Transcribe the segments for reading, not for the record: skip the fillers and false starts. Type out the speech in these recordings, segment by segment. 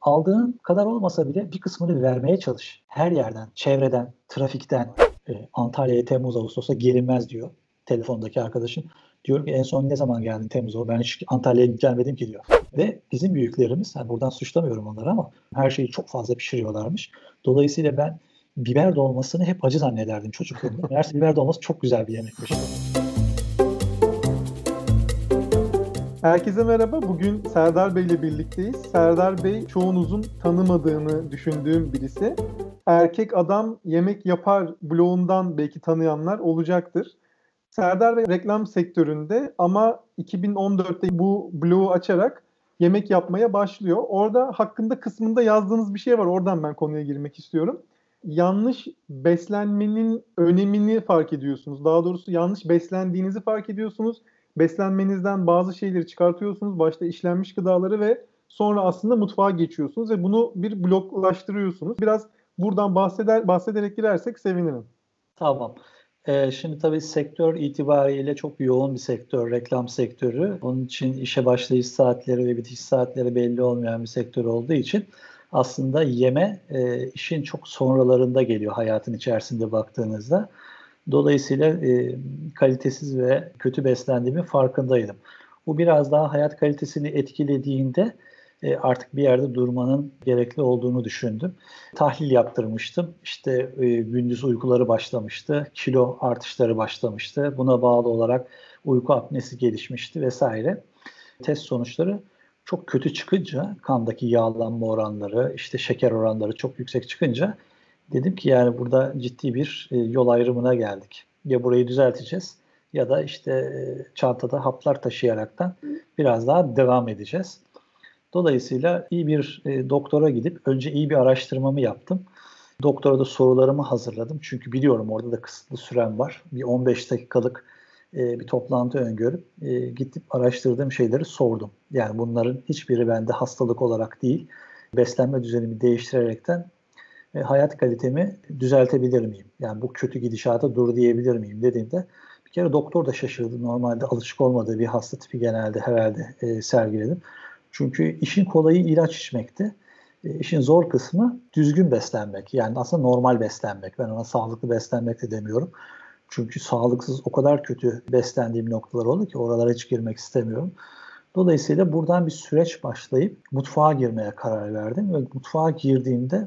aldığın kadar olmasa bile bir kısmını vermeye çalış. Her yerden, çevreden, trafikten. Antalya'ya Temmuz Ağustos'a gelinmez diyor telefondaki arkadaşım. Diyorum ki en son ne zaman geldin Temmuz'a? Ben hiç Antalya'ya gelmedim ki diyor. Ve bizim büyüklerimiz, yani buradan suçlamıyorum onları ama her şeyi çok fazla pişiriyorlarmış. Dolayısıyla ben biber dolmasını hep acı zannederdim çocukluğumda. Meğerse biber dolması çok güzel bir yemekmiş. Herkese merhaba. Bugün Serdar Bey ile birlikteyiz. Serdar Bey çoğunuzun tanımadığını düşündüğüm birisi. Erkek Adam Yemek Yapar blogundan belki tanıyanlar olacaktır. Serdar Bey reklam sektöründe ama 2014'te bu blogu açarak yemek yapmaya başlıyor. Orada hakkında kısmında yazdığınız bir şey var. Oradan ben konuya girmek istiyorum. Yanlış beslenmenin önemini fark ediyorsunuz. Daha doğrusu yanlış beslendiğinizi fark ediyorsunuz. Beslenmenizden bazı şeyleri çıkartıyorsunuz. Başta işlenmiş gıdaları ve sonra aslında mutfağa geçiyorsunuz ve bunu bir bloklaştırıyorsunuz. Biraz buradan bahsederek girersek sevinirim. Tamam. Şimdi tabii sektör itibariyle çok yoğun bir sektör, reklam sektörü. Onun için işe başlayış saatleri ve bitiş saatleri belli olmayan bir sektör olduğu için aslında yeme işin çok sonralarında geliyor hayatın içerisinde baktığınızda. Dolayısıyla kalitesiz ve kötü beslendiğimin farkındaydım. Bu biraz daha hayat kalitesini etkilediğinde artık bir yerde durmanın gerekli olduğunu düşündüm. Tahlil yaptırmıştım. İşte gündüz uykuları başlamıştı, kilo artışları başlamıştı. Buna bağlı olarak uyku apnesi gelişmişti vesaire. Test sonuçları çok kötü çıkınca, kandaki yağlanma oranları, işte şeker oranları çok yüksek çıkınca dedim ki yani burada ciddi bir yol ayrımına geldik. Ya burayı düzelteceğiz ya da işte çantada haplar taşıyaraktan biraz daha devam edeceğiz. Dolayısıyla iyi bir doktora gidip önce iyi bir araştırmamı yaptım. Doktora da sorularımı hazırladım. Çünkü biliyorum orada da kısıtlı sürem var. Bir 15 dakikalık bir toplantı öngörüp gidip araştırdığım şeyleri sordum. Yani bunların hiçbiri bende hastalık olarak değil, beslenme düzenimi değiştirerekten hayat kalitemi düzeltebilir miyim? Yani bu kötü gidişata dur diyebilir miyim dediğimde bir kere doktor da şaşırdı. Normalde alışık olmadığı bir hasta tipi genelde herhalde sergiledim. Çünkü işin kolayı ilaç içmekti. İşin zor kısmı düzgün beslenmek. Yani aslında normal beslenmek. Ben ona sağlıklı beslenmek de demiyorum. Çünkü sağlıksız o kadar kötü beslendiğim noktalar oldu ki oralara hiç girmek istemiyorum. Dolayısıyla buradan bir süreç başlayıp mutfağa girmeye karar verdim. Ve mutfağa girdiğimde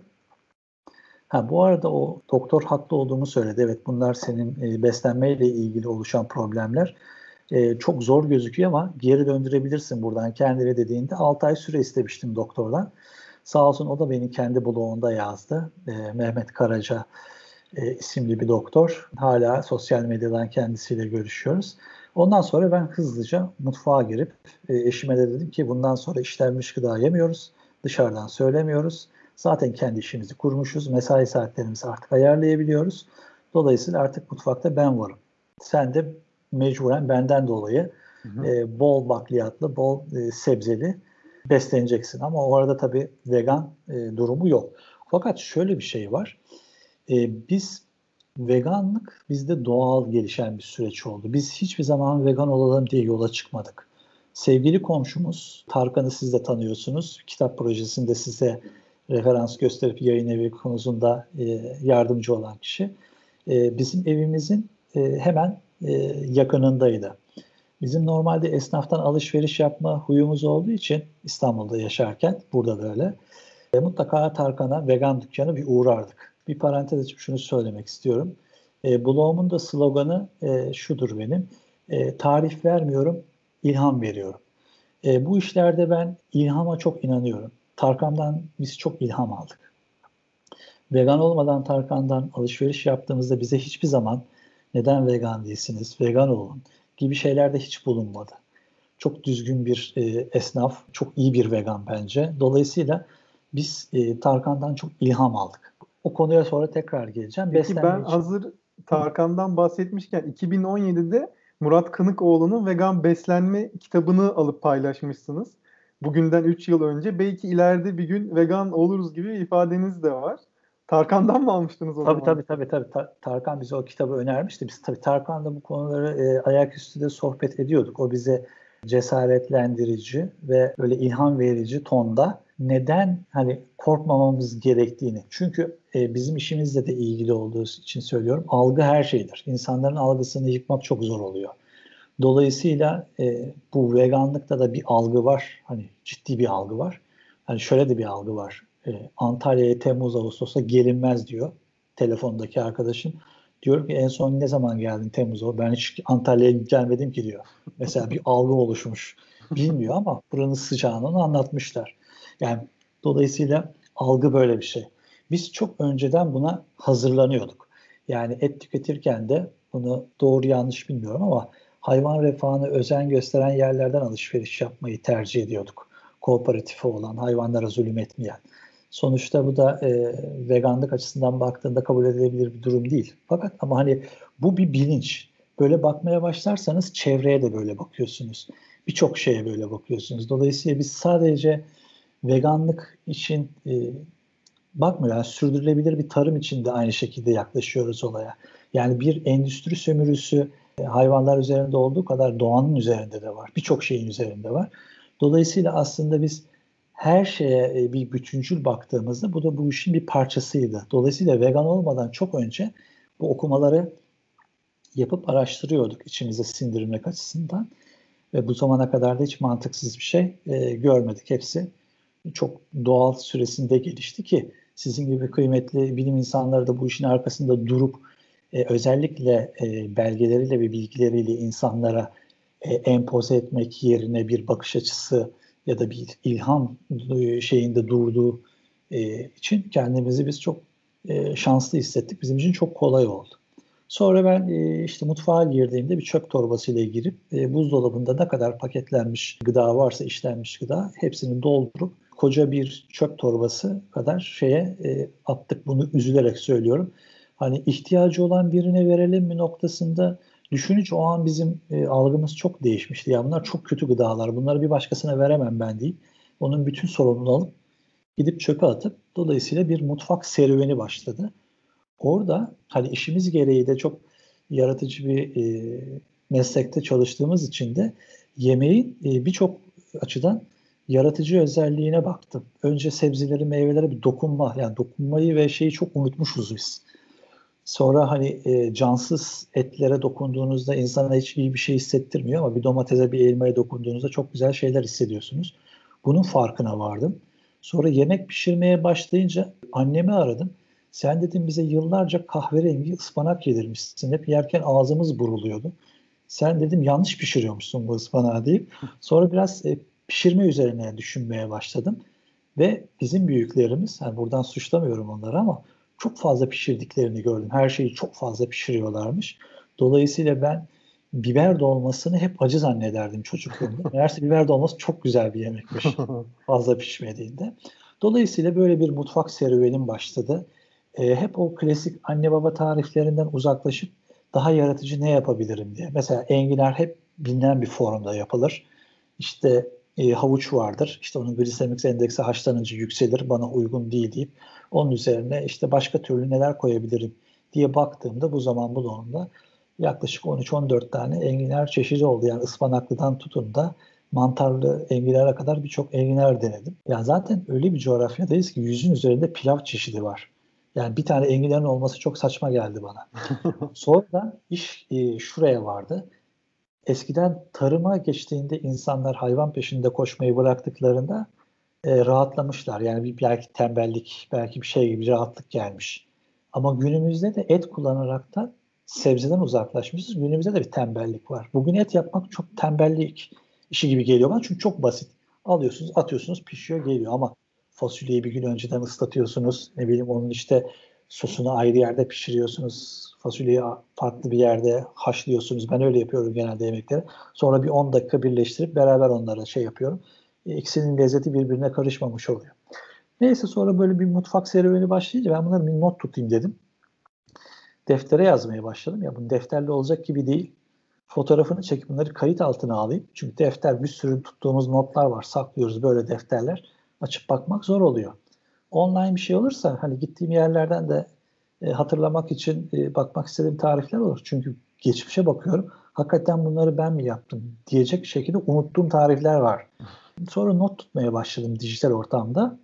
bu arada o doktor haklı olduğumu söyledi. Evet bunlar senin beslenmeyle ilgili oluşan problemler. Çok zor gözüküyor ama geri döndürebilirsin buradan kendine dediğinde 6 ay süre istemiştim doktordan. Sağ olsun o da beni kendi blogunda yazdı. Mehmet Karaca isimli bir doktor. Hala sosyal medyadan kendisiyle görüşüyoruz. Ondan sonra ben hızlıca mutfağa girip eşime de dedim ki bundan sonra işlenmiş gıda yemiyoruz. Dışarıdan söylemiyoruz. Zaten kendi işimizi kurmuşuz. Mesai saatlerimizi artık ayarlayabiliyoruz. Dolayısıyla artık mutfakta ben varım. Sen de mecburen benden dolayı bol bakliyatlı, bol sebzeli besleneceksin. Ama o arada tabii vegan durumu yok. Fakat şöyle bir şey var. Biz veganlık bizde doğal gelişen bir süreç oldu. Biz hiçbir zaman vegan olalım diye yola çıkmadık. Sevgili komşumuz, Tarkan'ı siz de tanıyorsunuz. Kitap projesinde size referans gösterip yayın evi konusunda yardımcı olan kişi. Bizim evimizin hemen yakınındaydı. Bizim normalde esnaftan alışveriş yapma huyumuz olduğu için İstanbul'da yaşarken, burada da öyle. Mutlaka Tarkan'a vegan dükkanı bir uğrardık. Bir parantez açıp şunu söylemek istiyorum. Blogumun da sloganı şudur benim. Tarif vermiyorum, ilham veriyorum. Bu işlerde ben ilhama çok inanıyorum. Tarkan'dan biz çok ilham aldık. Vegan olmadan Tarkan'dan alışveriş yaptığımızda bize hiçbir zaman neden vegan değilsiniz, vegan olun gibi şeylerde hiç bulunmadı. Çok düzgün bir esnaf, çok iyi bir vegan bence. Dolayısıyla biz Tarkan'dan çok ilham aldık. O konuya sonra tekrar geleceğim. Peki Beslenme ben için. hazır Tarkan'dan bahsetmişken 2017'de Murat Kınıkoğlu'nun Vegan Beslenme kitabını alıp paylaşmışsınız. Bugünden 3 yıl önce. Belki ileride bir gün vegan oluruz gibi ifadeniz de var. Tarkan'dan mı almıştınız o Tabii zaman? tabii. Tarkan bize o kitabı önermişti. Biz tabii Tarkan'la bu konuları ayaküstü de sohbet ediyorduk. O bize cesaretlendirici ve böyle ilham verici tonda neden hani korkmamamız gerektiğini. Çünkü bizim işimizle de ilgili olduğu için söylüyorum. Algı her şeydir. İnsanların algısını yıkmak çok zor oluyor. Dolayısıyla bu veganlıkta da bir algı var. Hani ciddi bir algı var. Hani şöyle de bir algı var. Antalya'ya Temmuz Ağustos'ta gelinmez diyor telefondaki arkadaşım. Diyor ki en son ne zaman geldin Temmuz'a? Ben hiç Antalya'ya gelmedim ki diyor. Mesela bir algı oluşmuş. Bilmiyor ama buranın sıcağını onu anlatmışlar. Yani dolayısıyla algı böyle bir şey. Biz çok önceden buna hazırlanıyorduk. Yani et tüketirken de bunu doğru yanlış bilmiyorum ama hayvan refahına özen gösteren yerlerden alışveriş yapmayı tercih ediyorduk. Kooperatifi olan, hayvanlara zulüm etmeyen. Sonuçta bu da veganlık açısından baktığında kabul edilebilir bir durum değil. Fakat ama hani bu bir bilinç. Böyle bakmaya başlarsanız çevreye de böyle bakıyorsunuz. Birçok şeye böyle bakıyorsunuz. Dolayısıyla biz sadece veganlık için bakmıyor. Yani sürdürülebilir bir tarım için de aynı şekilde yaklaşıyoruz olaya. Yani bir endüstri sömürüsü hayvanlar üzerinde olduğu kadar doğanın üzerinde de var. Birçok şeyin üzerinde var. Dolayısıyla aslında biz her şeye bir bütüncül baktığımızda bu da bu işin bir parçasıydı. Dolayısıyla vegan olmadan çok önce bu okumaları yapıp araştırıyorduk içimize sindirmek açısından. Ve bu zamana kadar da hiç mantıksız bir şey görmedik. Hepsi çok doğal süresinde gelişti ki sizin gibi kıymetli bilim insanları da bu işin arkasında durup özellikle belgeleriyle ve bilgileriyle insanlara empoze etmek yerine bir bakış açısı ya da bir ilham şeyinde durduğu için kendimizi biz çok şanslı hissettik. Bizim için çok kolay oldu. Sonra ben işte mutfağa girdiğimde bir çöp torbasıyla girip buzdolabında ne kadar paketlenmiş gıda varsa işlenmiş gıda hepsini doldurup koca bir çöp torbası kadar şeye attık. Bunu üzülerek söylüyorum. Hani ihtiyacı olan birine verelim mi noktasında düşününce o an bizim algımız çok değişmişti. Ya bunlar çok kötü gıdalar. Bunları bir başkasına veremem ben deyip onun bütün sorumluluğunu alıp gidip çöpe atıp dolayısıyla bir mutfak serüveni başladı. Orada hani işimiz gereği de çok yaratıcı bir meslekte çalıştığımız için de yemeğin birçok açıdan yaratıcı özelliğine baktım. Önce sebzeleri, meyvelere bir dokunma. Yani dokunmayı ve şeyi çok unutmuşuz biz. Sonra hani cansız etlere dokunduğunuzda insana hiç iyi bir şey hissettirmiyor ama bir domatese, bir elmaya dokunduğunuzda çok güzel şeyler hissediyorsunuz. Bunun farkına vardım. Sonra yemek pişirmeye başlayınca annemi aradım. Sen dedim bize yıllarca kahverengi ıspanak yedirmişsin. Hep yerken ağzımız buruluyordu. Sen dedim yanlış pişiriyormuşsun bu ıspanağı deyip sonra biraz pişirme üzerine düşünmeye başladım. Ve bizim büyüklerimiz, yani buradan suçlamıyorum onları ama çok fazla pişirdiklerini gördüm. Her şeyi çok fazla pişiriyorlarmış. Dolayısıyla ben biber dolmasını hep acı zannederdim çocukluğumda. Meğerse biber dolması çok güzel bir yemekmiş fazla pişmediğinde. Dolayısıyla böyle bir mutfak serüvenim başladı. Hep o klasik anne baba tariflerinden uzaklaşıp daha yaratıcı ne yapabilirim diye. Mesela enginar hep bilinen bir formda yapılır. İşte havuç vardır. İşte onun glisemik endeksi haşlanınca yükselir. Bana uygun değil deyip onun üzerine işte başka türlü neler koyabilirim diye baktığımda bu zaman bulduğumda yaklaşık 13-14 tane enginar çeşidi oldu. Yani ıspanaklıdan tutun da mantarlı enginara kadar birçok enginar denedim. Yani zaten öyle bir coğrafyadayız ki 100'ün üzerinde pilav çeşidi var. Yani bir tane enginarın olması çok saçma geldi bana. Sonra iş şuraya vardı. Eskiden tarıma geçtiğinde insanlar hayvan peşinde koşmayı bıraktıklarında rahatlamışlar. Yani belki tembellik, belki bir şey gibi rahatlık gelmiş. Ama günümüzde de et kullanarak da sebzeden uzaklaşmışız. Günümüzde de bir tembellik var. Bugün et yapmak çok tembellik işi gibi geliyor bana çünkü çok basit. Alıyorsunuz, atıyorsunuz, pişiyor, geliyor ama fasulyeyi bir gün önceden ıslatıyorsunuz. Ne bileyim onun işte sosunu ayrı yerde pişiriyorsunuz. Fasulyeyi farklı bir yerde haşlıyorsunuz. Ben öyle yapıyorum genelde yemekleri. Sonra bir 10 dakika birleştirip beraber onlara şey yapıyorum. İkisinin lezzeti birbirine karışmamış oluyor. Neyse sonra böyle bir mutfak serüveni başlayınca ben bunları bir not tutayım dedim. Deftere yazmaya başladım. Ya bu defterle olacak gibi değil. Fotoğrafını çekip bunları kayıt altına alayım. Çünkü defter bir sürü tuttuğumuz notlar var. Saklıyoruz böyle defterler. Açıp bakmak zor oluyor. Online bir şey olursa hani gittiğim yerlerden de hatırlamak için bakmak istediğim tarifler olur. Çünkü geçmişe bakıyorum. Hakikaten bunları ben mi yaptım diyecek şekilde unuttuğum tarifler var. Sonra not tutmaya başladım dijital ortamda.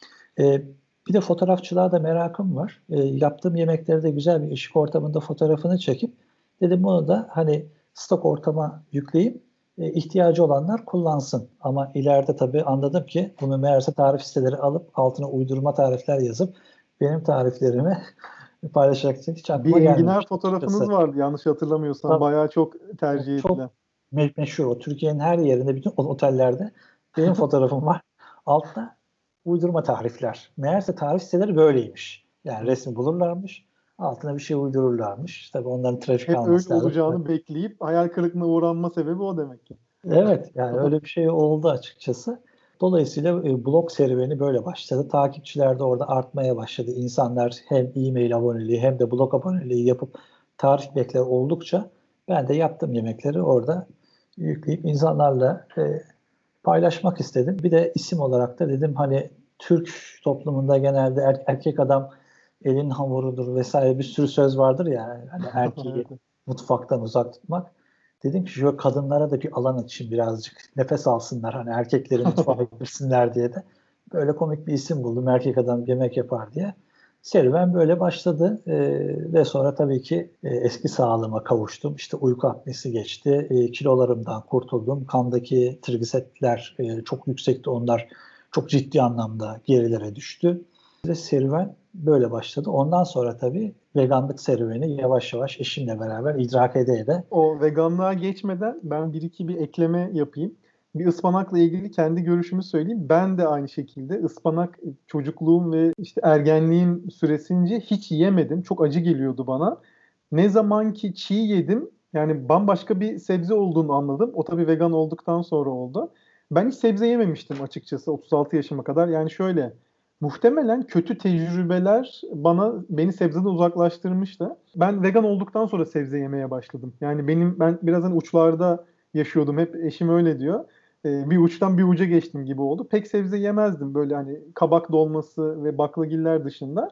E, Bir de fotoğrafçılığa da merakım var. Yaptığım yemekleri de güzel bir ışık ortamında fotoğrafını çekip dedim bunu da hani stok ortama yükleyip ihtiyacı olanlar kullansın. Ama ileride tabii anladım ki bunu meğerse tarif siteleri alıp altına uydurma tarifler yazıp benim tariflerimi paylaşarak hiç aklıma Bir enginar gelmemişti fotoğrafınız açıkçası. vardı yanlış hatırlamıyorsam. Tabii, Bayağı çok tercih çok edilen. meşhur o. Türkiye'nin her yerinde, bütün otellerde benim fotoğrafım var. Altta uydurma tarifler. Meğerse tarif siteleri böyleymiş. Yani resmi bulurlarmış. Altına bir şey uydururlarmış. Tabii onların trafik Hep öyle alması lazım. olacağını bekleyip hayal kırıklığına uğranma sebebi o demek ki. Evet, yani öyle bir şey oldu açıkçası. Dolayısıyla blog serüveni böyle başladı. Takipçiler de orada artmaya başladı. İnsanlar hem e-mail aboneliği hem de blog aboneliği yapıp tarif bekler oldukça ben de yaptığım yemekleri orada yükleyip insanlarla paylaşmak istedim. Bir de isim olarak da dedim hani Türk toplumunda genelde erkek adam elin hamurudur vesaire bir sürü söz vardır ya hani erkeği Evet. mutfaktan uzak tutmak. Dedim ki şu kadınlara da bir alan açayım birazcık nefes alsınlar hani erkekleri mutfağa girsinler diye de böyle komik bir isim buldum erkek adam yemek yapar diye. Serüven böyle başladı ve sonra tabii ki eski sağlığıma kavuştum. İşte uyku apnesi geçti, kilolarımdan kurtuldum. Kandaki trigliseritler çok yüksekti, onlar çok ciddi anlamda gerilere düştü. Ve serüven böyle başladı. Ondan sonra tabii veganlık serüveni yavaş yavaş eşimle beraber idrak ede. O veganlığa geçmeden ben bir ekleme yapayım. Bir ıspanakla ilgili kendi görüşümü söyleyeyim. Ben de aynı şekilde ıspanak çocukluğum ve işte ergenliğim süresince hiç yemedim. Çok acı geliyordu bana. Ne zaman ki çiğ yedim, yani bambaşka bir sebze olduğunu anladım. O tabii vegan olduktan sonra oldu. Ben hiç sebze yememiştim açıkçası 36 yaşıma kadar. Yani şöyle, muhtemelen kötü tecrübeler beni sebzeden uzaklaştırmıştı. Ben vegan olduktan sonra sebze yemeye başladım. Yani ben biraz hani uçlarda yaşıyordum. Hep eşim öyle diyor. Bir uçtan bir uca geçtim gibi oldu. Pek sebze yemezdim böyle hani kabak dolması ve baklagiller dışında.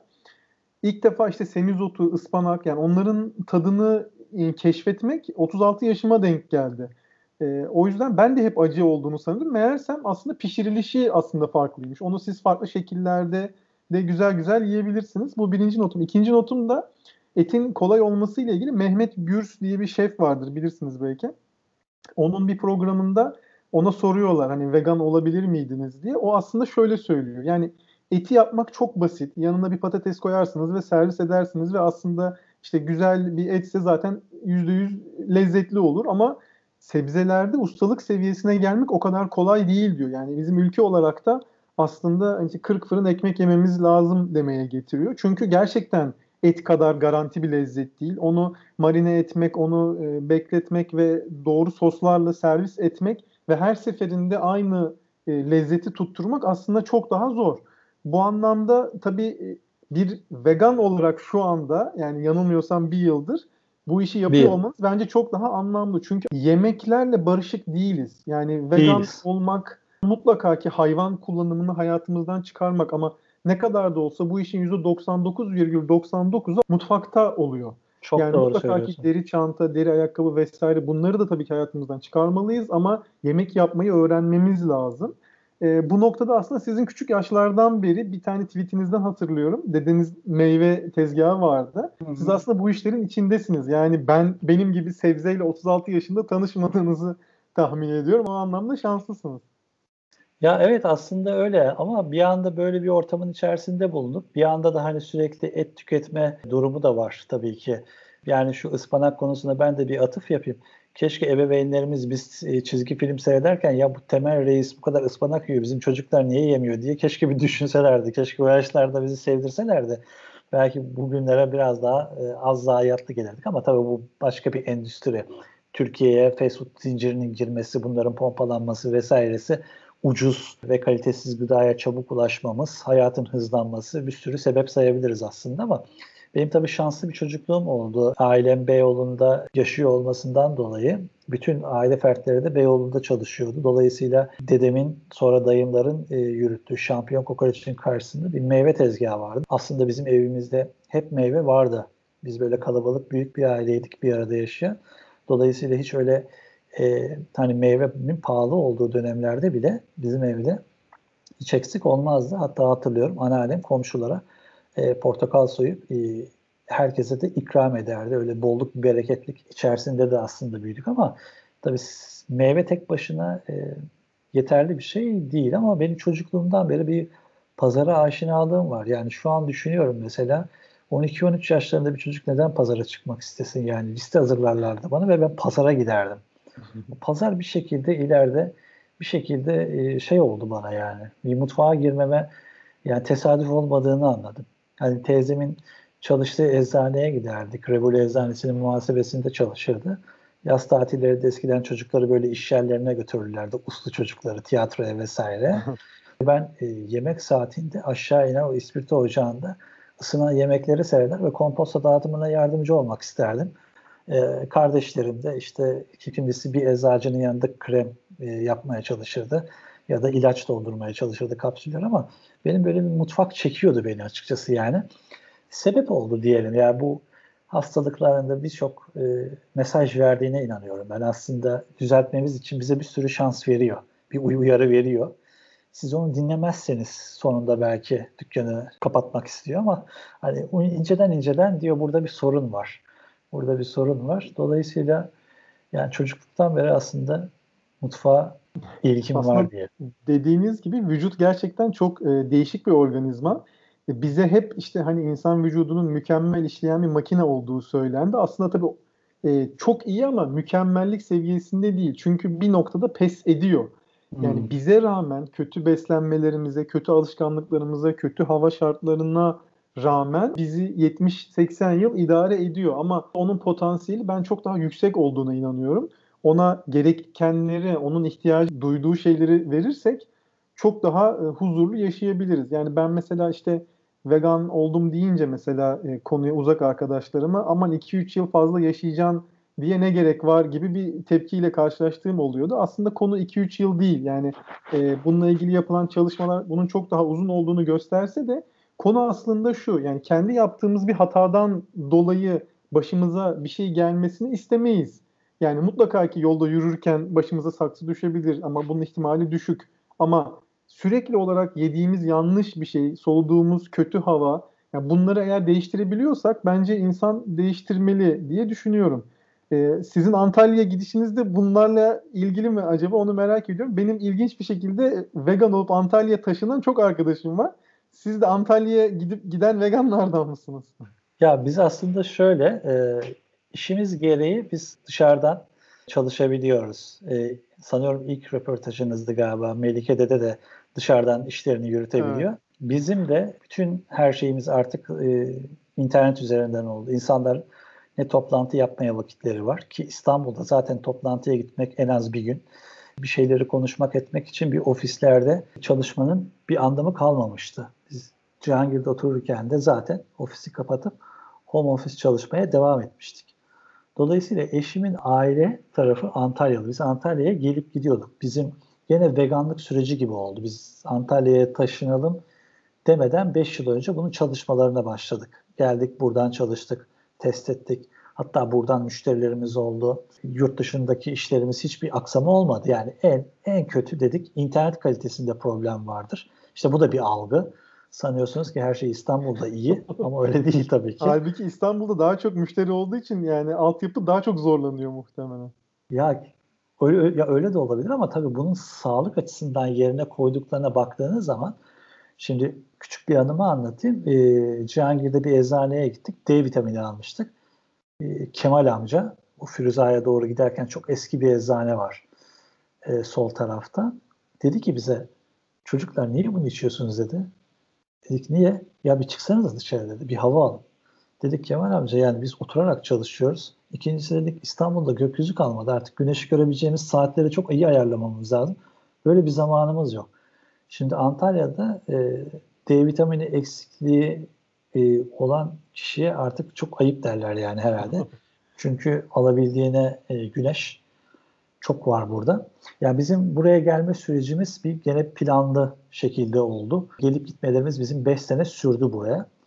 İlk defa işte semizotu, ıspanak yani onların tadını keşfetmek 36 yaşıma denk geldi. O yüzden ben de hep acı olduğunu sanırım. Meğersem aslında pişirilişi aslında farklıymış. Onu siz farklı şekillerde de güzel güzel yiyebilirsiniz. Bu birinci notum. İkinci notum da etin kolay olması ile ilgili. Mehmet Gürs diye bir şef vardır, bilirsiniz belki. Onun bir programında ona soruyorlar hani vegan olabilir miydiniz diye. O aslında şöyle söylüyor. Yani eti yapmak çok basit. Yanına bir patates koyarsınız ve servis edersiniz ve aslında işte güzel bir etse zaten %100 lezzetli olur ama sebzelerde ustalık seviyesine gelmek o kadar kolay değil diyor. Yani bizim ülke olarak da aslında hani 40 fırın ekmek yememiz lazım demeye getiriyor. Çünkü gerçekten et kadar garanti bir lezzet değil. Onu marine etmek, onu bekletmek ve doğru soslarla servis etmek ve her seferinde aynı lezzeti tutturmak aslında çok daha zor. Bu anlamda tabii bir vegan olarak şu anda yani yanılmıyorsam bir yıldır bu işi Bir yapıyor yıl. olmanız bence çok daha anlamlı. Çünkü yemeklerle barışık değiliz. Yani vegan Değiliz. olmak mutlaka ki hayvan kullanımını hayatımızdan çıkarmak ama ne kadar da olsa bu işin %99,99'u mutfakta oluyor. Çok Yani doğru mutlaka ki söylüyorsun. deri çanta, deri ayakkabı vesaire bunları da tabii ki hayatımızdan çıkarmalıyız ama yemek yapmayı öğrenmemiz lazım. Bu noktada aslında sizin küçük yaşlardan beri bir tane tweetinizden hatırlıyorum. Dedeniz meyve tezgahı vardı. Hı Siz hı. aslında bu işlerin içindesiniz. Yani benim gibi sebzeyle 36 yaşında tanışmadığınızı tahmin ediyorum. O anlamda şanslısınız. Ya evet aslında öyle ama bir anda böyle bir ortamın içerisinde bulunup bir anda da hani sürekli et tüketme durumu da var tabii ki. Yani şu ıspanak konusunda ben de bir atıf yapayım. Keşke ebeveynlerimiz biz çizgi film seyrederken ya bu Temel Reis bu kadar ıspanak yiyor bizim çocuklar niye yemiyor diye keşke bir düşünselerdi. Keşke o yaşlarda bizi sevdirselerdi. Belki bugünlere biraz daha az zayiatlı gelirdik ama tabii bu başka bir endüstri. Türkiye'ye fast food zincirinin girmesi, bunların pompalanması vesairesi ucuz ve kalitesiz gıdaya çabuk ulaşmamız, hayatın hızlanması bir sürü sebep sayabiliriz aslında ama benim tabii şanslı bir çocukluğum oldu. Ailem Beyoğlu'nda yaşıyor olmasından dolayı bütün aile fertleri de Beyoğlu'nda çalışıyordu. Dolayısıyla dedemin sonra dayımların yürüttüğü Şampiyon Kokoreç'in karşısında bir meyve tezgahı vardı. Aslında bizim evimizde hep meyve vardı. Biz böyle kalabalık büyük bir aileydik bir arada yaşayan. Dolayısıyla hiç öyle hani meyvenin pahalı olduğu dönemlerde bile bizim evde hiç eksik olmazdı. Hatta hatırlıyorum anneannem komşulara portakal soyup herkese de ikram ederdi. Öyle bolluk bir bereketlik içerisinde de aslında büyüdük ama tabii meyve tek başına yeterli bir şey değil ama benim çocukluğumdan beri bir pazara aşinalığım var. Yani şu an düşünüyorum mesela 12-13 yaşlarında bir çocuk neden pazara çıkmak istesin yani liste hazırlarlardı bana ve ben pazara giderdim. Pazar bir şekilde ileride bir şekilde şey oldu bana yani. Bir mutfağa girmeme yani tesadüf olmadığını anladım. Hani teyzemin çalıştığı eczaneye giderdik. Rebule Eczanesi'nin muhasebesinde çalışırdı. Yaz tatilleri de eskiden çocukları böyle iş yerlerine götürürlerdi. Uslu çocukları tiyatroya vesaire. Ben yemek saatinde aşağı iner o ispirto ocağında ısınan yemekleri seyreder ve komposta dağıtımına yardımcı olmak isterdim. Kardeşlerim de işte kimisi bir eczacının yanında krem yapmaya çalışırdı ya da ilaç doldurmaya çalışırdı kapsüller ama benim böyle bir mutfak çekiyordu beni açıkçası yani. Sebep oldu diyelim. Yani bu hastalıklarında birçok mesaj verdiğine inanıyorum. Ben aslında düzeltmemiz için bize bir sürü şans veriyor. Bir uyarı veriyor. Siz onu dinlemezseniz sonunda belki dükkanı kapatmak istiyor ama hani inceden diyor burada bir sorun var. Burada bir sorun var. Dolayısıyla yani çocukluktan beri aslında mutfağa ilgim Aslında var diye. dediğiniz gibi vücut gerçekten çok değişik bir organizma. Bize hep işte hani insan vücudunun mükemmel işleyen bir makine olduğu söylendi. Aslında tabii çok iyi ama mükemmellik seviyesinde değil. Çünkü bir noktada pes ediyor. Yani bize rağmen kötü beslenmelerimize, kötü alışkanlıklarımıza, kötü hava şartlarına rağmen bizi 70-80 yıl idare ediyor. Ama onun potansiyeli ben çok daha yüksek olduğuna inanıyorum. Ona gerekenleri, onun ihtiyacı duyduğu şeyleri verirsek çok daha huzurlu yaşayabiliriz. Yani ben mesela işte vegan oldum deyince mesela konuya uzak arkadaşlarıma aman 2-3 yıl fazla yaşayacaksın diye ne gerek var gibi bir tepkiyle karşılaştığım oluyordu. Aslında konu 2-3 yıl değil. Yani bununla ilgili yapılan çalışmalar bunun çok daha uzun olduğunu gösterse de konu aslında şu. Yani kendi yaptığımız bir hatadan dolayı başımıza bir şey gelmesini istemeyiz. Yani mutlaka ki yolda yürürken başımıza saksı düşebilir ama bunun ihtimali düşük. Ama sürekli olarak yediğimiz yanlış bir şey, soluduğumuz kötü hava, yani bunları eğer değiştirebiliyorsak bence insan değiştirmeli diye düşünüyorum. Sizin Antalya'ya gidişiniz de bunlarla ilgili mi acaba onu merak ediyorum. Benim ilginç bir şekilde vegan olup Antalya'ya taşınan çok arkadaşım var. Siz de Antalya'ya giden veganlardan mısınız? Ya biz aslında şöyle işimiz gereği biz dışarıdan çalışabiliyoruz. Sanıyorum ilk röportajınızdı galiba. Melike Dede de dışarıdan işlerini Evet. yürütebiliyor. Bizim de bütün her şeyimiz artık internet üzerinden oldu. İnsanlar ne toplantı yapmaya vakitleri var ki İstanbul'da zaten toplantıya gitmek en az bir gün. Bir şeyleri konuşmak etmek için bir ofislerde çalışmanın bir anlamı kalmamıştı. Biz Cihangir'de otururken de zaten ofisi kapatıp home office çalışmaya devam etmiştik. Dolayısıyla eşimin aile tarafı Antalyalı. Biz Antalya'ya gelip gidiyorduk. Bizim gene veganlık süreci gibi oldu. Biz Antalya'ya taşınalım demeden 5 yıl önce bunun çalışmalarına başladık. Geldik buradan çalıştık, test ettik. Hatta buradan müşterilerimiz oldu. Yurt dışındaki işlerimiz hiçbir aksama olmadı. Yani en kötü dedik internet kalitesinde problem vardır. İşte bu da bir algı. Sanıyorsunuz ki her şey İstanbul'da iyi ama öyle değil tabii ki. Halbuki İstanbul'da daha çok müşteri olduğu için yani altyapı daha çok zorlanıyor muhtemelen. Ya öyle de olabilir ama tabii bunun sağlık açısından yerine koyduklarına baktığınız zaman şimdi küçük bir anımı anlatayım. Cihangir'de bir eczaneye gittik. D vitamini almıştık. Kemal amca o Firuza'ya doğru giderken çok eski bir eczane var sol tarafta. Dedi ki bize çocuklar niye bunu içiyorsunuz dedi. Dedik niye? Ya bir çıksanız dışarı dedi. Bir hava alın. Dedik Kemal amca yani biz oturarak çalışıyoruz. İkincisi dedik İstanbul'da gökyüzü kalmadı. Artık güneşi görebileceğimiz saatleri çok iyi ayarlamamız lazım. Böyle bir zamanımız yok. Şimdi Antalya'da D vitamini eksikliği olan kişiye artık çok ayıp derler yani herhalde. Çünkü alabildiğine güneş çok var burada. Yani bizim buraya gelme sürecimiz bir gene planlı şekilde oldu. Gelip gitmelerimiz bizim 5 sene sürdü buraya.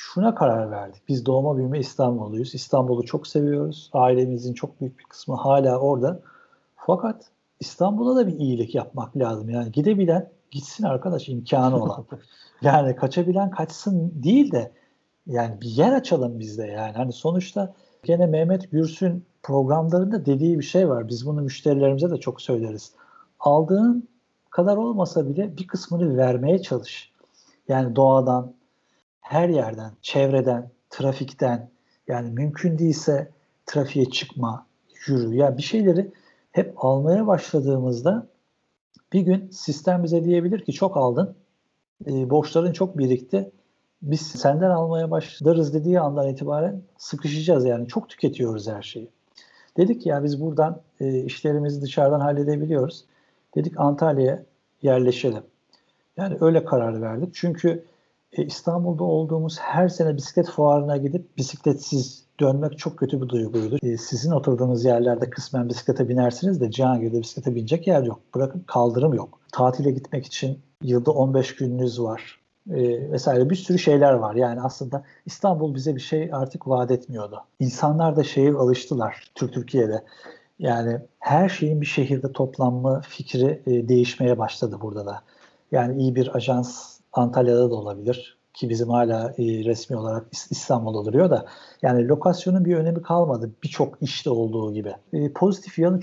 şuna karar verdik. Biz doğma büyüme İstanbulluyuz. İstanbul'u çok seviyoruz. Ailemizin çok büyük bir kısmı hala orada. Fakat İstanbul'a da bir iyilik yapmak lazım. Yani gidebilen gitsin arkadaş, imkanı olan. Yani kaçabilen kaçsın değil de yani bir yer açalım biz de yani. Hani sonuçta gene Mehmet Gürsün programlarında dediği bir şey var. Biz bunu müşterilerimize de çok söyleriz. Aldığın kadar olmasa bile bir kısmını vermeye çalış. Yani doğadan, her yerden, çevreden, trafikten, yani mümkün değilse trafiğe çıkma, yürü. Ya bir şeyleri hep almaya başladığımızda bir gün sistem bize diyebilir ki çok aldın, borçların çok birikti. Biz senden almaya başlarız dediği andan itibaren sıkışacağız yani. Çok tüketiyoruz her şeyi. Dedik ya biz buradan işlerimizi dışarıdan halledebiliyoruz. Dedik Antalya'ya yerleşelim. Yani öyle karar verdik. Çünkü İstanbul'da olduğumuz her sene bisiklet fuarına gidip bisikletsiz dönmek çok kötü bir duyguydu. Sizin oturduğunuz yerlerde kısmen bisiklete binersiniz de Cihangir'de bisiklete binecek yer yok. Bırakın kaldırım yok. Tatile gitmek için yılda 15 gününüz var. Vesaire bir sürü şeyler var. Yani aslında İstanbul bize bir şey artık vaat etmiyordu. İnsanlar da şeye alıştılar Türkiye'de. Yani her şeyin bir şehirde toplanma fikri değişmeye başladı burada da. Yani iyi bir ajans Antalya'da da olabilir ki bizim hala resmi olarak İstanbul'da duruyor da yani lokasyonun bir önemi kalmadı birçok işte olduğu gibi. Pozitif yanı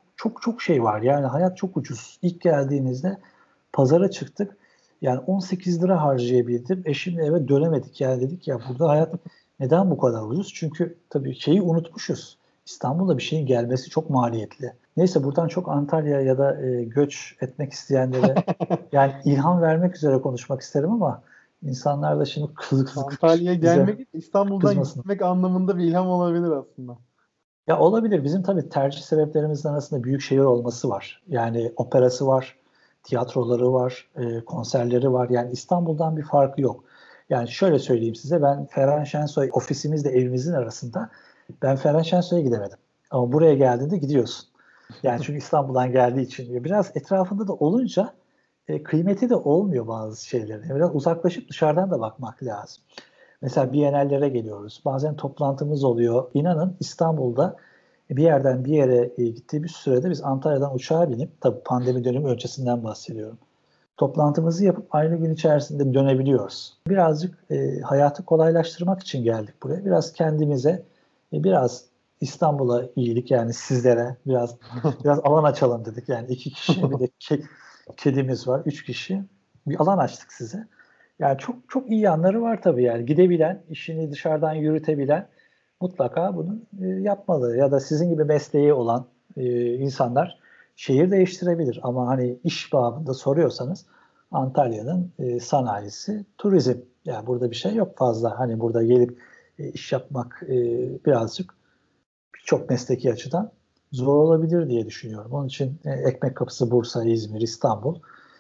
çok şey var. Yani hayat çok ucuz. İlk geldiğimizde pazara çıktık. Yani 18 lira harcayabildim. Eşimle eve dönemedik. Yani dedik ya burada hayat neden bu kadar ucuz? Çünkü tabii şeyi unutmuşuz. İstanbul'da bir şeyin gelmesi çok maliyetli. Neyse buradan çok Antalya ya da göç etmek isteyenlere yani ilham vermek üzere konuşmak isterim ama insanlar da şimdi Antalya'ya gelmek İstanbul'dan kızmasın. gitmek anlamında bir ilham olabilir aslında. Ya olabilir. Bizim tabii tercih sebeplerimizin arasında büyük şehir olması var. Yani operası var, tiyatroları var, konserleri var. Yani İstanbul'dan bir farkı yok. Yani şöyle söyleyeyim size, ben Ferhan Şensoy ofisimizle evimizin arasında, ben Ferhan Şensoy'a gidemedim. Ama buraya geldiğinde gidiyorsun. Yani çünkü İstanbul'dan geldiği için biraz etrafında da olunca kıymeti de olmuyor bazı şeylerin. Yani biraz uzaklaşıp dışarıdan da bakmak lazım. Mesela Biennallere geliyoruz. Bazen toplantımız oluyor. İnanın İstanbul'da bir yerden bir yere gittiğimiz sürede biz Antalya'dan uçağa binip, tabii pandemi dönemi öncesinden bahsediyorum. Toplantımızı yapıp aynı gün içerisinde dönebiliyoruz. Birazcık hayatı kolaylaştırmak için geldik buraya. Biraz kendimize, biraz İstanbul'a iyilik, yani sizlere biraz alan açalım dedik. Yani 2 kişi bir de kedimiz var, 3 kişi. Bir alan açtık size. Yani çok iyi yanları var tabii yani. Gidebilen, işini dışarıdan yürütebilen mutlaka bunu yapmalı. Ya da sizin gibi mesleği olan insanlar şehir değiştirebilir. Ama hani iş babında soruyorsanız Antalya'nın sanayisi turizm. Yani burada bir şey yok fazla. Hani burada gelip iş yapmak birazcık birçok mesleki açıdan zor olabilir diye düşünüyorum. Onun için ekmek kapısı Bursa, İzmir, İstanbul,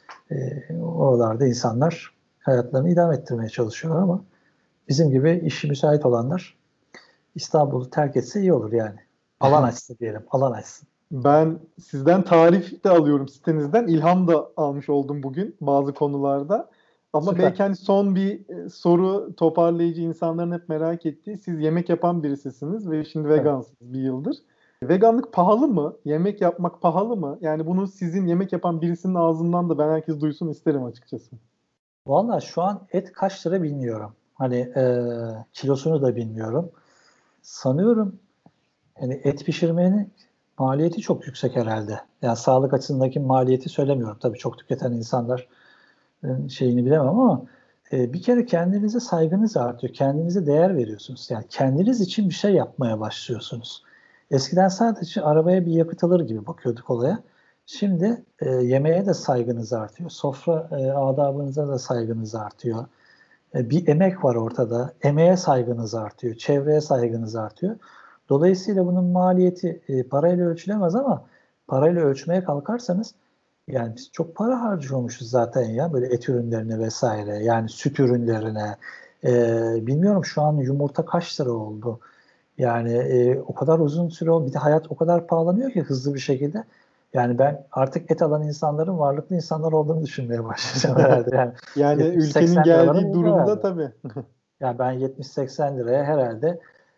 oralarda insanlar hayatlarını idame ettirmeye çalışıyorlar ama bizim gibi işi müsait olanlar İstanbul'u terk etse iyi olur yani. Alan açsın diyelim, alan açsın. Ben sizden tarif de alıyorum sitenizden. İlham da almış oldum bugün bazı konularda. Ama Süper. belki hani son bir soru, toparlayıcı, insanların hep merak ettiği. Siz yemek yapan birisisiniz ve şimdi vegansınız bir yıldır. Veganlık pahalı mı? Yemek yapmak pahalı mı? Yani bunu sizin yemek yapan birisinin ağzından da ben herkes duysun isterim açıkçası. Vallahi şu an et kaç lira bilmiyorum. Hani kilosunu da bilmiyorum. Sanıyorum yani et pişirmenin maliyeti çok yüksek herhalde. Yani sağlık açısındaki maliyeti söylemiyorum. Tabii çok tüketen insanlar şeyini bilemem ama bir kere kendinize saygınız artıyor. Kendinize değer veriyorsunuz. Yani kendiniz için bir şey yapmaya başlıyorsunuz. Eskiden sadece arabaya bir yakıt alır gibi bakıyorduk olaya. Şimdi yemeğe de saygınız artıyor. Sofra adabınıza da saygınız artıyor. Bir emek var ortada. Emeğe saygınız artıyor. Çevreye saygınız artıyor. Dolayısıyla bunun maliyeti parayla ölçülemez ama parayla ölçmeye kalkarsanız yani biz çok para harcıyormuşuz zaten ya böyle et ürünlerine vesaire. Yani süt ürünlerine. Bilmiyorum şu an yumurta kaç lira oldu. Yani o kadar uzun süre oldu. Bir de hayat o kadar pahalanıyor ki hızlı bir şekilde. Yani ben artık et alan insanların varlıklı insanlar olduğunu düşünmeye başlayacağım herhalde. Yani Yani ülkenin 70-80 liralara geldiği buldu durumda herhalde. tabii. Yani ben 70-80 liraya herhalde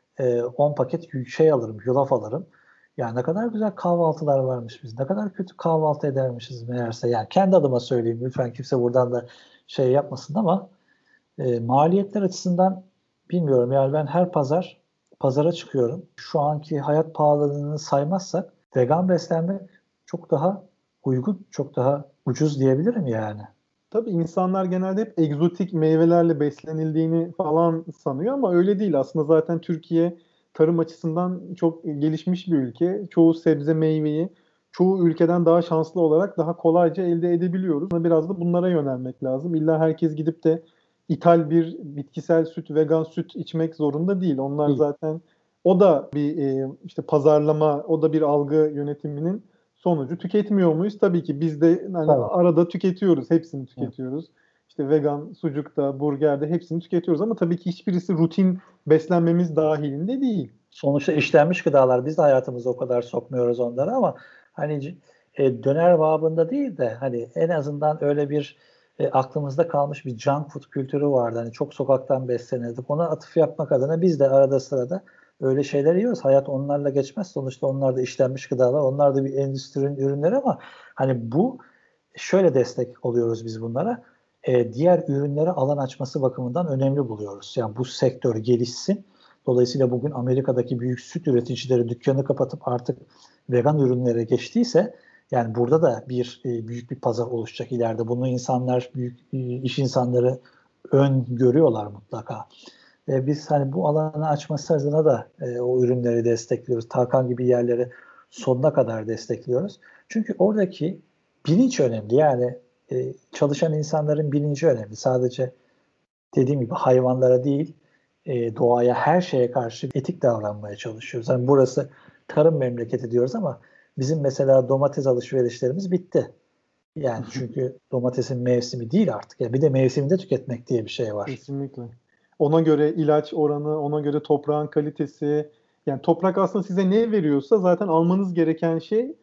10 paket şey alırım, yulaf alırım. Yani ne kadar güzel kahvaltılar varmış biz. Ne kadar kötü kahvaltı edermişiz meğerse. Yani kendi adıma söyleyeyim. Lütfen kimse buradan da şey yapmasın ama maliyetler açısından bilmiyorum. Yani ben her pazara çıkıyorum. Şu anki hayat pahalılığını saymazsak vegan beslenmek çok daha uygun, çok daha ucuz diyebilirim yani. Tabii insanlar genelde hep egzotik meyvelerle beslenildiğini falan sanıyor ama öyle değil. Aslında zaten Türkiye tarım açısından çok gelişmiş bir ülke. Çoğu sebze meyveyi çoğu ülkeden daha şanslı olarak daha kolayca elde edebiliyoruz. Biraz da bunlara yönelmek lazım. İlla herkes gidip de ithal bir bitkisel süt, vegan süt içmek zorunda değil. Onlar Değil. zaten o da bir işte pazarlama, o da bir algı yönetiminin sonucu. Tüketmiyor muyuz? Tabii ki biz de hani Tabii. arada tüketiyoruz. Hepsini Evet. tüketiyoruz. İşte vegan, sucukta, burgerde hepsini tüketiyoruz ama tabii ki hiçbirisi rutin beslenmemiz dahilinde değil. Sonuçta işlenmiş gıdalar. Biz de hayatımıza o kadar sokmuyoruz onları ama hani döner babında değil de hani en azından öyle bir aklımızda kalmış bir junk food kültürü vardı. Hani çok sokaktan beslenirdik. Ona atıf yapmak adına biz de arada sırada öyle şeyler yiyoruz. Hayat onlarla geçmez. Sonuçta onlar da işlenmiş gıdalar. Onlar da bir endüstrinin ürünleri ama hani bu şöyle destek oluyoruz biz bunlara. Diğer ürünlere alan açması bakımından önemli buluyoruz. Yani bu sektör gelişsin. Dolayısıyla bugün Amerika'daki büyük süt üreticileri dükkanı kapatıp artık vegan ürünlere geçtiyse yani burada da büyük bir pazar oluşacak ileride. Bunu insanlar, büyük iş insanları ön görüyorlar mutlaka. Biz hani bu alanı açması adına da o ürünleri destekliyoruz. Tarkan gibi yerleri sonuna kadar destekliyoruz. Çünkü oradaki bilinç önemli. Yani çalışan insanların bilinci önemli. Sadece dediğim gibi hayvanlara değil, doğaya, her şeye karşı etik davranmaya çalışıyoruz. Yani burası tarım memleketi diyoruz ama bizim mesela domates alışverişlerimiz bitti. Yani çünkü domatesin mevsimi değil artık. Ya bir de mevsiminde tüketmek diye bir şey var. Kesinlikle. Ona göre ilaç oranı, ona göre toprağın kalitesi. Yani toprak aslında size ne veriyorsa zaten almanız gereken şey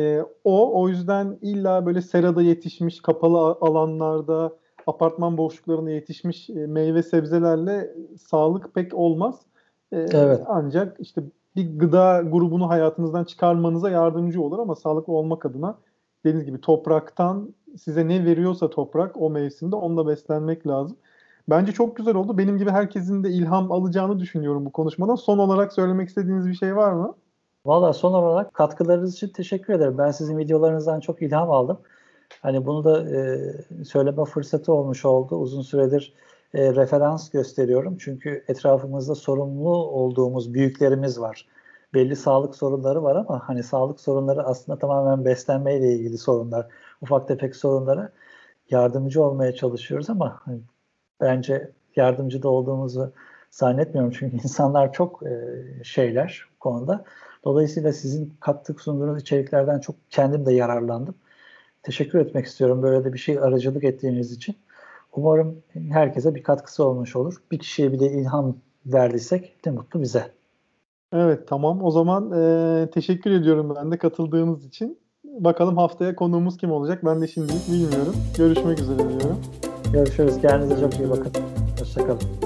o. O yüzden illa böyle serada yetişmiş, kapalı alanlarda, apartman boşluklarında yetişmiş meyve sebzelerle sağlık pek olmaz. Evet. Ancak işte bir gıda grubunu hayatınızdan çıkarmanıza yardımcı olur ama sağlıklı olmak adına dediğiniz gibi topraktan size ne veriyorsa toprak o mevsimde onunla beslenmek lazım. Bence çok güzel oldu. Benim gibi herkesin de ilham alacağını düşünüyorum bu konuşmadan. Son olarak söylemek istediğiniz bir şey var mı? Valla son olarak katkılarınız için teşekkür ederim. Ben sizin videolarınızdan çok ilham aldım. Hani bunu da söyleme fırsatı olmuş oldu. Uzun süredir referans gösteriyorum. Çünkü etrafımızda sorumlu olduğumuz büyüklerimiz var. Belli sağlık sorunları var ama hani sağlık sorunları aslında tamamen beslenmeyle ilgili sorunlar. Ufak tefek sorunlara yardımcı olmaya çalışıyoruz ama hani bence yardımcı da olduğumuzu zannetmiyorum. Çünkü insanlar çok şeyler bu konuda. Dolayısıyla sizin katkı sunduğunuz içeriklerden çok kendim de yararlandım. Teşekkür etmek istiyorum böyle de bir şey aracılık ettiğiniz için. Umarım herkese bir katkısı olmuş olur. Bir kişiye bile ilham verdiysek ne mutlu bize. Evet, tamam. O zaman teşekkür ediyorum ben de katıldığınız için. Bakalım haftaya konuğumuz kim olacak? Ben de şimdilik bilmiyorum. Görüşmek üzere diyorum. Görüşürüz. Kendinize çok iyi Görüşürüz. bakın. Hoşçakalın.